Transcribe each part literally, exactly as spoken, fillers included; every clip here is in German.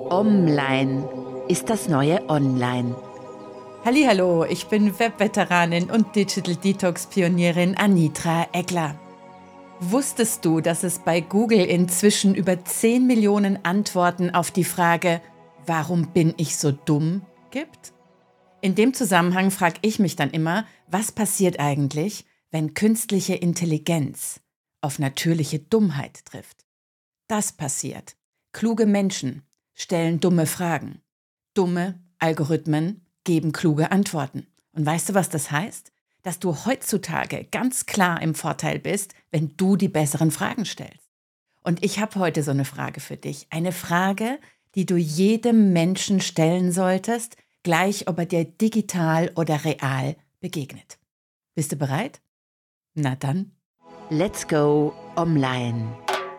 Online ist das neue Online. Hallihallo, ich bin Webveteranin und Digital Detox Pionierin Anitra Eggler. Wusstest du, dass es bei Google inzwischen über zehn Millionen Antworten auf die Frage „Warum bin ich so dumm?" gibt? In dem Zusammenhang frage ich mich dann immer, was passiert eigentlich, wenn künstliche Intelligenz auf natürliche Dummheit trifft? Das passiert. Kluge Menschen stellen dumme Fragen. Dumme Algorithmen geben kluge Antworten. Und weißt du, was das heißt? Dass du heutzutage ganz klar im Vorteil bist, wenn du die besseren Fragen stellst. Und ich habe heute so eine Frage für dich. Eine Frage, die du jedem Menschen stellen solltest, gleich ob er dir digital oder real begegnet. Bist du bereit? Na dann. Let's go online.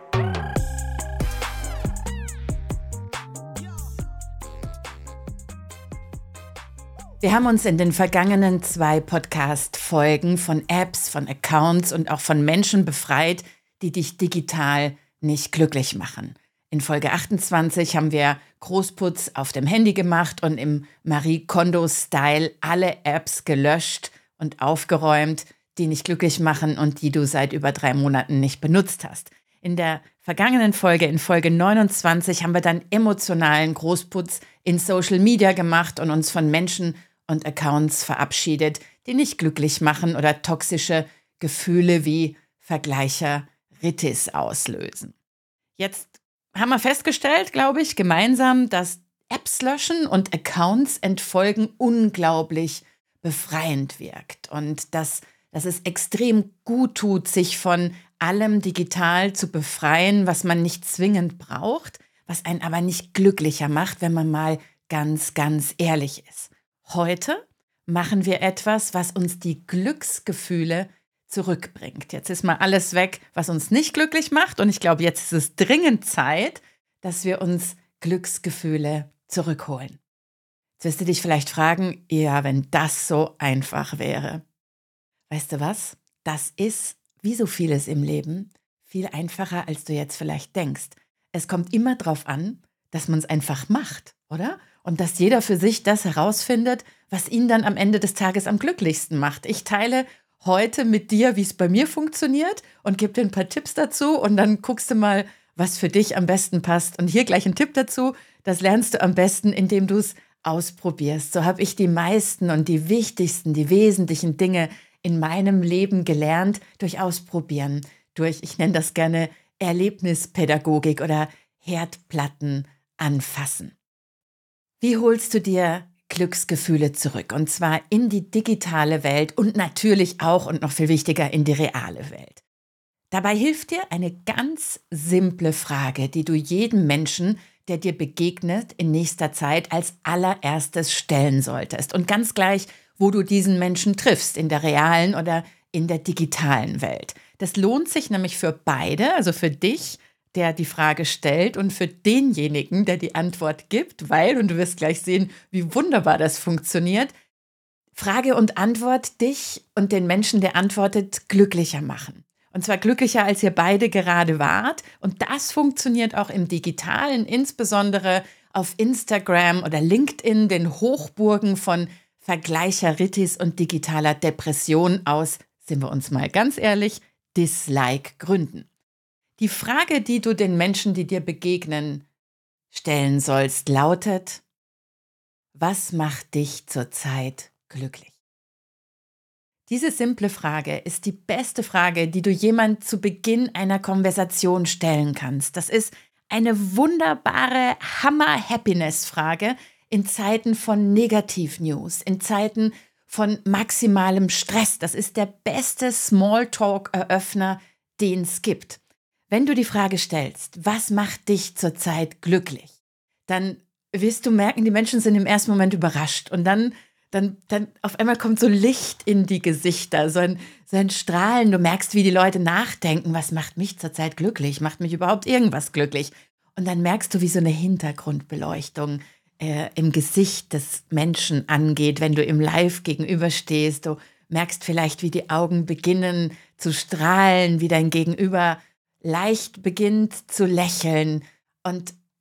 Wir haben uns in den vergangenen zwei Podcast-Folgen von Apps, von Accounts und auch von Menschen befreit, die dich digital nicht glücklich machen. In Folge achtundzwanzig haben wir Großputz auf dem Handy gemacht und im Marie Kondo-Style alle Apps gelöscht und aufgeräumt, die nicht glücklich machen und die du seit über drei Monaten nicht benutzt hast. In der vergangenen Folge, in Folge neunundzwanzig, haben wir dann emotionalen Großputz in Social Media gemacht und uns von Menschen und Accounts verabschiedet, die nicht glücklich machen oder toxische Gefühle wie Vergleicheritis auslösen. Jetzt haben wir festgestellt, glaube ich, gemeinsam, dass Apps löschen und Accounts entfolgen unglaublich befreiend wirkt und dass, dass es extrem gut tut, sich von allem digital zu befreien, was man nicht zwingend braucht, was einen aber nicht glücklicher macht, wenn man mal ganz, ganz ehrlich ist. Heute machen wir etwas, was uns die Glücksgefühle zurückbringt. Jetzt ist mal alles weg, was uns nicht glücklich macht. Und ich glaube, jetzt ist es dringend Zeit, dass wir uns Glücksgefühle zurückholen. Jetzt wirst du dich vielleicht fragen, ja, wenn das so einfach wäre. Weißt du was? Das ist, wie so vieles im Leben, viel einfacher, als du jetzt vielleicht denkst. Es kommt immer darauf an, dass man es einfach macht, oder? Und dass jeder für sich das herausfindet, was ihn dann am Ende des Tages am glücklichsten macht. Ich teile heute mit dir, wie es bei mir funktioniert und gebe dir ein paar Tipps dazu und dann guckst du mal, was für dich am besten passt. Und hier gleich ein Tipp dazu, das lernst du am besten, indem du es ausprobierst. So habe ich die meisten und die wichtigsten, die wesentlichen Dinge in meinem Leben gelernt durch Ausprobieren, durch, ich nenne das gerne Erlebnispädagogik oder Herdplatten anfassen. Wie holst du dir Glücksgefühle zurück? Und zwar in die digitale Welt und natürlich auch und noch viel wichtiger in die reale Welt. Dabei hilft dir eine ganz simple Frage, die du jedem Menschen, der dir begegnet, in nächster Zeit als allererstes stellen solltest. Und ganz gleich, wo du diesen Menschen triffst, in der realen oder in der digitalen Welt. Das lohnt sich nämlich für beide, also für dich, der die Frage stellt und für denjenigen, der die Antwort gibt, weil, und du wirst gleich sehen, wie wunderbar das funktioniert, Frage und Antwort dich und den Menschen, der antwortet, glücklicher machen. Und zwar glücklicher, als ihr beide gerade wart. Und das funktioniert auch im Digitalen, insbesondere auf Instagram oder LinkedIn, den Hochburgen von Vergleicheritis und digitaler Depression aus, sind wir uns mal ganz ehrlich, Dislike-Gründen. Die Frage, die du den Menschen, die dir begegnen, stellen sollst, lautet: Was macht dich zurzeit glücklich? Diese simple Frage ist die beste Frage, die du jemand zu Beginn einer Konversation stellen kannst. Das ist eine wunderbare Hammer-Happiness-Frage in Zeiten von Negativ-News, in Zeiten von maximalem Stress. Das ist der beste Smalltalk-Eröffner, den es gibt. Wenn du die Frage stellst, was macht dich zurzeit glücklich, dann wirst du merken, die Menschen sind im ersten Moment überrascht und dann, dann, dann auf einmal kommt so Licht in die Gesichter, so ein, so ein Strahlen. Du merkst, wie die Leute nachdenken, was macht mich zurzeit glücklich, macht mich überhaupt irgendwas glücklich? Und dann merkst du, wie so eine Hintergrundbeleuchtung äh, im Gesicht des Menschen angeht, wenn du im Live gegenüberstehst. Du merkst vielleicht, wie die Augen beginnen zu strahlen, wie dein Gegenüber leicht beginnt zu lächeln. Und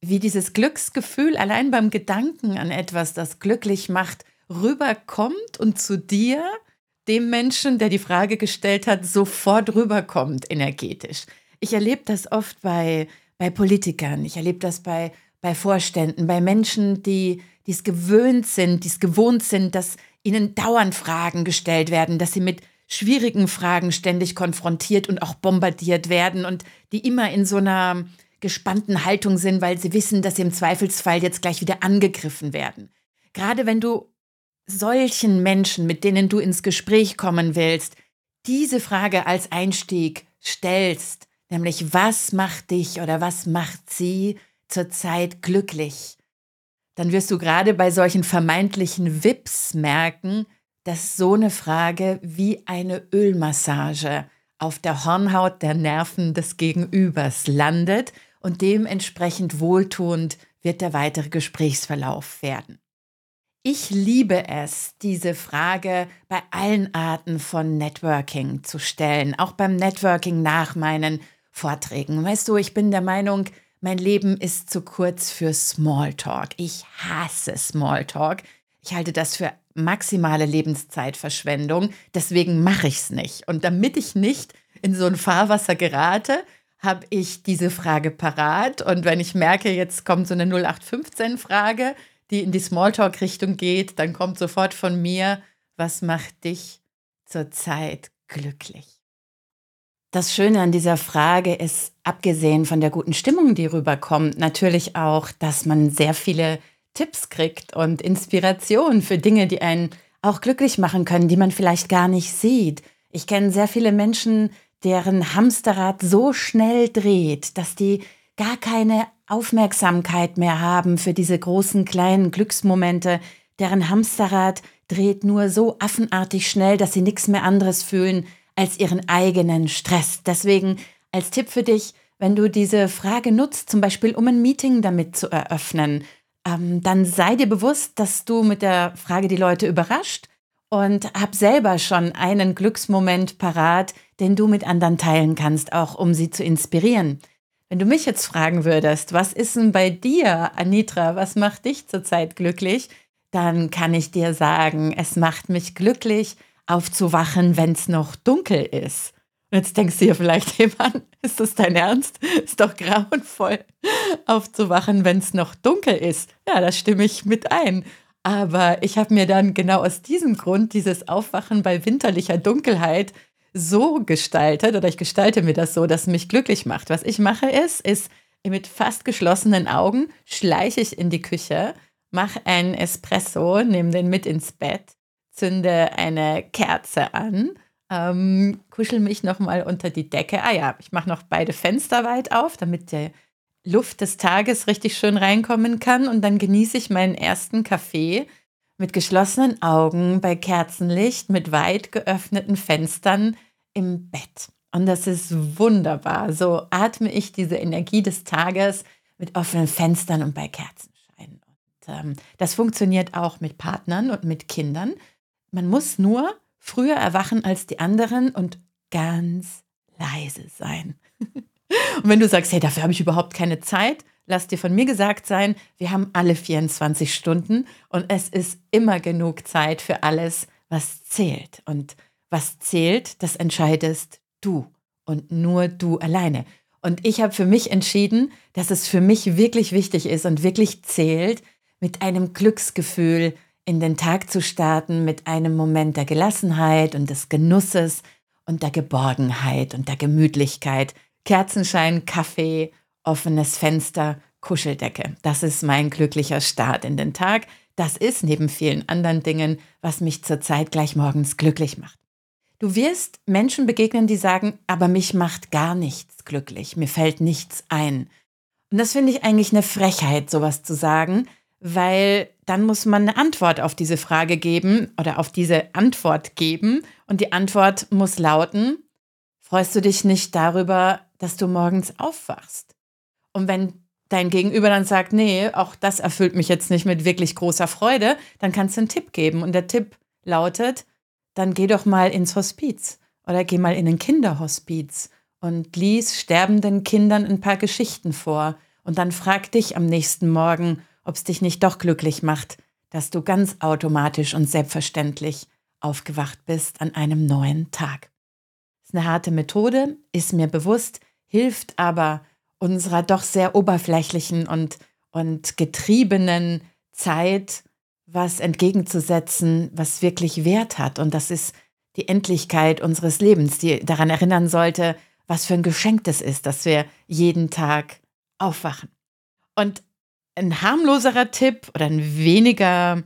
wie dieses Glücksgefühl allein beim Gedanken an etwas, das glücklich macht, rüberkommt und zu dir, dem Menschen, der die Frage gestellt hat, sofort rüberkommt energetisch. Ich erlebe das oft bei, bei Politikern, ich erlebe das bei, bei Vorständen, bei Menschen, die die es gewöhnt sind, die es gewohnt sind, dass ihnen dauernd Fragen gestellt werden, dass sie mit schwierigen Fragen ständig konfrontiert und auch bombardiert werden und die immer in so einer gespannten Haltung sind, weil sie wissen, dass sie im Zweifelsfall jetzt gleich wieder angegriffen werden. Gerade wenn du solchen Menschen, mit denen du ins Gespräch kommen willst, diese Frage als Einstieg stellst, nämlich was macht dich oder was macht sie zurzeit glücklich, dann wirst du gerade bei solchen vermeintlichen V I Ps merken, dass so eine Frage wie eine Ölmassage auf der Hornhaut der Nerven des Gegenübers landet und dementsprechend wohltuend wird der weitere Gesprächsverlauf werden. Ich liebe es, diese Frage bei allen Arten von Networking zu stellen, auch beim Networking nach meinen Vorträgen. Weißt du, ich bin der Meinung, mein Leben ist zu kurz für Smalltalk. Ich hasse Smalltalk. Ich halte das für maximale Lebenszeitverschwendung. Deswegen mache ich es nicht. Und damit ich nicht in so ein Fahrwasser gerate, habe ich diese Frage parat. Und wenn ich merke, jetzt kommt so eine null acht fünfzehn-Frage, die in die Smalltalk-Richtung geht, dann kommt sofort von mir, was macht dich zurzeit glücklich? Das Schöne an dieser Frage ist, abgesehen von der guten Stimmung, die rüberkommt, natürlich auch, dass man sehr viele Tipps kriegt und Inspiration für Dinge, die einen auch glücklich machen können, die man vielleicht gar nicht sieht. Ich kenne sehr viele Menschen, deren Hamsterrad so schnell dreht, dass die gar keine Aufmerksamkeit mehr haben für diese großen, kleinen Glücksmomente. Deren Hamsterrad dreht nur so affenartig schnell, dass sie nichts mehr anderes fühlen als ihren eigenen Stress. Deswegen als Tipp für dich, wenn du diese Frage nutzt, zum Beispiel um ein Meeting damit zu eröffnen, ähm, dann sei dir bewusst, dass du mit der Frage die Leute überrascht und hab selber schon einen Glücksmoment parat, den du mit anderen teilen kannst, auch um sie zu inspirieren. Wenn du mich jetzt fragen würdest, was ist denn bei dir, Anitra, was macht dich zurzeit glücklich, dann kann ich dir sagen, es macht mich glücklich, aufzuwachen, wenn es noch dunkel ist. Und jetzt denkst du dir vielleicht, hey Mann, ist das dein Ernst? Ist doch grauenvoll, aufzuwachen, wenn es noch dunkel ist. Ja, da stimme ich mit ein. Aber ich habe mir dann genau aus diesem Grund dieses Aufwachen bei winterlicher Dunkelheit so gestaltet, oder ich gestalte mir das so, dass es mich glücklich macht. Was ich mache ist, ist mit fast geschlossenen Augen schleiche ich in die Küche, mache einen Espresso, nehme den mit ins Bett, zünde eine Kerze an, ähm, kuschel mich nochmal unter die Decke. Ah ja, ich mache noch beide Fenster weit auf, damit die Luft des Tages richtig schön reinkommen kann. Und dann genieße ich meinen ersten Kaffee mit geschlossenen Augen, bei Kerzenlicht, mit weit geöffneten Fenstern im Bett. Und das ist wunderbar. So atme ich diese Energie des Tages mit offenen Fenstern und bei Kerzenschein. Und ähm, das funktioniert auch mit Partnern und mit Kindern. Man muss nur früher erwachen als die anderen und ganz leise sein. Und wenn du sagst, hey, dafür habe ich überhaupt keine Zeit, lass dir von mir gesagt sein, wir haben alle vierundzwanzig Stunden und es ist immer genug Zeit für alles, was zählt. Und was zählt, das entscheidest du und nur du alleine. Und ich habe für mich entschieden, dass es für mich wirklich wichtig ist und wirklich zählt, mit einem Glücksgefühl in den Tag zu starten, mit einem Moment der Gelassenheit und des Genusses und der Geborgenheit und der Gemütlichkeit. Kerzenschein, Kaffee, offenes Fenster, Kuscheldecke. Das ist mein glücklicher Start in den Tag. Das ist neben vielen anderen Dingen, was mich zurzeit gleich morgens glücklich macht. Du wirst Menschen begegnen, die sagen, aber mich macht gar nichts glücklich, mir fällt nichts ein. Und das finde ich eigentlich eine Frechheit, sowas zu sagen, weil dann muss man eine Antwort auf diese Frage geben oder auf diese Antwort geben. Und die Antwort muss lauten, freust du dich nicht darüber, dass du morgens aufwachst? Und wenn dein Gegenüber dann sagt, nee, auch das erfüllt mich jetzt nicht mit wirklich großer Freude, dann kannst du einen Tipp geben. Und der Tipp lautet, dann geh doch mal ins Hospiz oder geh mal in ein Kinderhospiz und lies sterbenden Kindern ein paar Geschichten vor Und dann frag dich am nächsten Morgen, ob es dich nicht doch glücklich macht, dass du ganz automatisch und selbstverständlich aufgewacht bist an einem neuen Tag. Das ist eine harte Methode, ist mir bewusst, hilft aber unserer doch sehr oberflächlichen und, und getriebenen Zeit was entgegenzusetzen, was wirklich Wert hat. Und das ist die Endlichkeit unseres Lebens, die daran erinnern sollte, was für ein Geschenk das ist, dass wir jeden Tag aufwachen. Und ein harmloserer Tipp oder ein weniger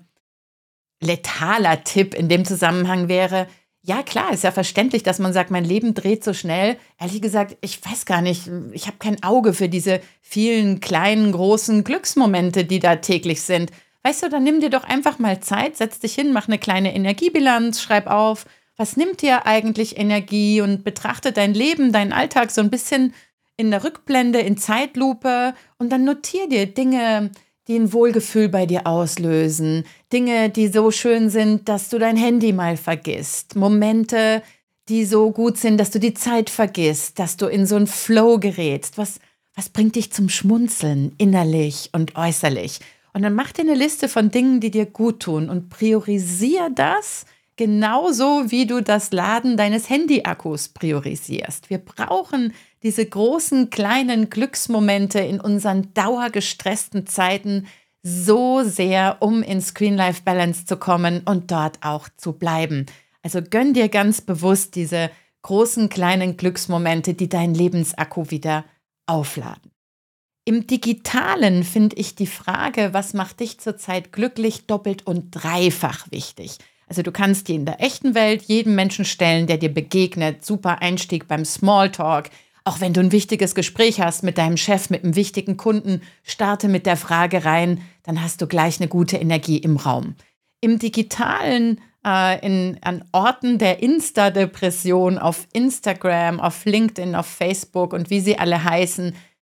letaler Tipp in dem Zusammenhang wäre, ja klar, ist ja verständlich, dass man sagt, mein Leben dreht so schnell. Ehrlich gesagt, ich weiß gar nicht, ich habe kein Auge für diese vielen kleinen, großen Glücksmomente, die da täglich sind. Weißt du, dann nimm dir doch einfach mal Zeit, setz dich hin, mach eine kleine Energiebilanz, schreib auf, was nimmt dir eigentlich Energie und betrachte dein Leben, deinen Alltag so ein bisschen in der Rückblende, in Zeitlupe und dann notier dir Dinge, die ein Wohlgefühl bei dir auslösen, Dinge, die so schön sind, dass du dein Handy mal vergisst, Momente, die so gut sind, dass du die Zeit vergisst, dass du in so einen Flow gerätst. Was, was bringt dich zum Schmunzeln, innerlich und äußerlich? Und dann mach dir eine Liste von Dingen, die dir gut tun und priorisier das genauso, wie du das Laden deines Handy-Akkus priorisierst. Wir brauchen diese großen, kleinen Glücksmomente in unseren dauergestressten Zeiten so sehr, um in Screen-Life-Balance zu kommen und dort auch zu bleiben. Also gönn dir ganz bewusst diese großen, kleinen Glücksmomente, die deinen Lebensakku wieder aufladen. Im Digitalen finde ich die Frage, was macht dich zurzeit glücklich, doppelt und dreifach wichtig. Also du kannst die in der echten Welt jedem Menschen stellen, der dir begegnet. Super Einstieg beim Smalltalk. Auch wenn du ein wichtiges Gespräch hast mit deinem Chef, mit einem wichtigen Kunden, starte mit der Frage rein, dann hast du gleich eine gute Energie im Raum. Im Digitalen, äh, in, an Orten der Insta-Depression, auf Instagram, auf LinkedIn, auf Facebook und wie sie alle heißen,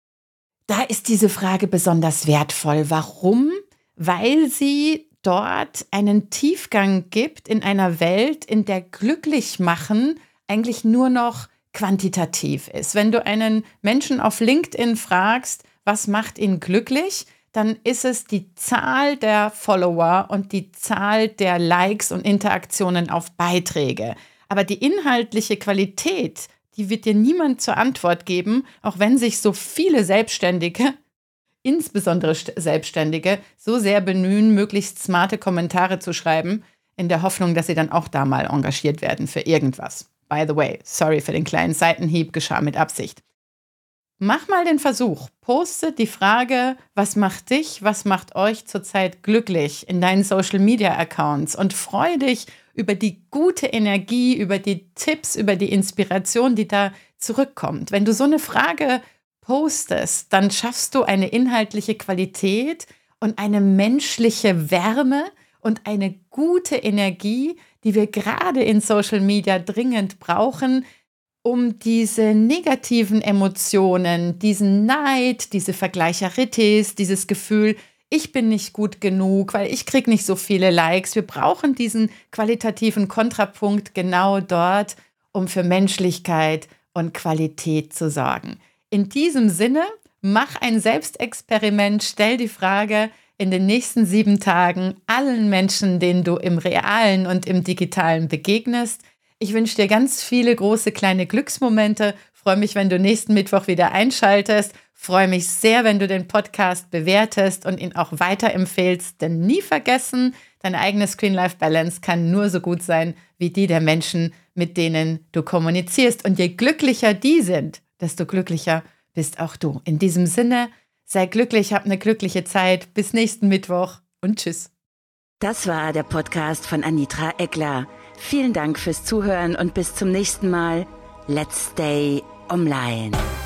da ist diese Frage besonders wertvoll. Warum? Weil sie dort einen Tiefgang gibt in einer Welt, in der glücklich machen eigentlich nur noch quantitativ ist. Wenn du einen Menschen auf LinkedIn fragst, was macht ihn glücklich, dann ist es die Zahl der Follower und die Zahl der Likes und Interaktionen auf Beiträge. Aber die inhaltliche Qualität, die wird dir niemand zur Antwort geben, auch wenn sich so viele Selbstständige, insbesondere Selbstständige, so sehr bemühen, möglichst smarte Kommentare zu schreiben, in der Hoffnung, dass sie dann auch da mal engagiert werden für irgendwas. By the way, sorry für den kleinen Seitenhieb, geschah mit Absicht. Mach mal den Versuch, poste die Frage, was macht dich, was macht euch zurzeit glücklich in deinen Social-Media-Accounts und freu dich über die gute Energie, über die Tipps, über die Inspiration, die da zurückkommt. Wenn du so eine Frage postest, dann schaffst du eine inhaltliche Qualität und eine menschliche Wärme und eine gute Energie, die wir gerade in Social Media dringend brauchen, um diese negativen Emotionen, diesen Neid, diese Vergleicheritis, dieses Gefühl, ich bin nicht gut genug, weil ich kriege nicht so viele Likes. Wir brauchen diesen qualitativen Kontrapunkt genau dort, um für Menschlichkeit und Qualität zu sorgen. In diesem Sinne, mach ein Selbstexperiment, stell die Frage in den nächsten sieben Tagen allen Menschen, denen du im Realen und im Digitalen begegnest. Ich wünsche dir ganz viele große, kleine Glücksmomente. Freue mich, wenn du nächsten Mittwoch wieder einschaltest. Freue mich sehr, wenn du den Podcast bewertest und ihn auch weiterempfehlst. Denn nie vergessen, deine eigene Screen-Life-Balance kann nur so gut sein wie die der Menschen, mit denen du kommunizierst. Und je glücklicher die sind, desto glücklicher bist auch du. In diesem Sinne, sei glücklich, hab eine glückliche Zeit. Bis nächsten Mittwoch und tschüss. Das war der Podcast von Anitra Eckler. Vielen Dank fürs Zuhören und bis zum nächsten Mal. Let's stay online.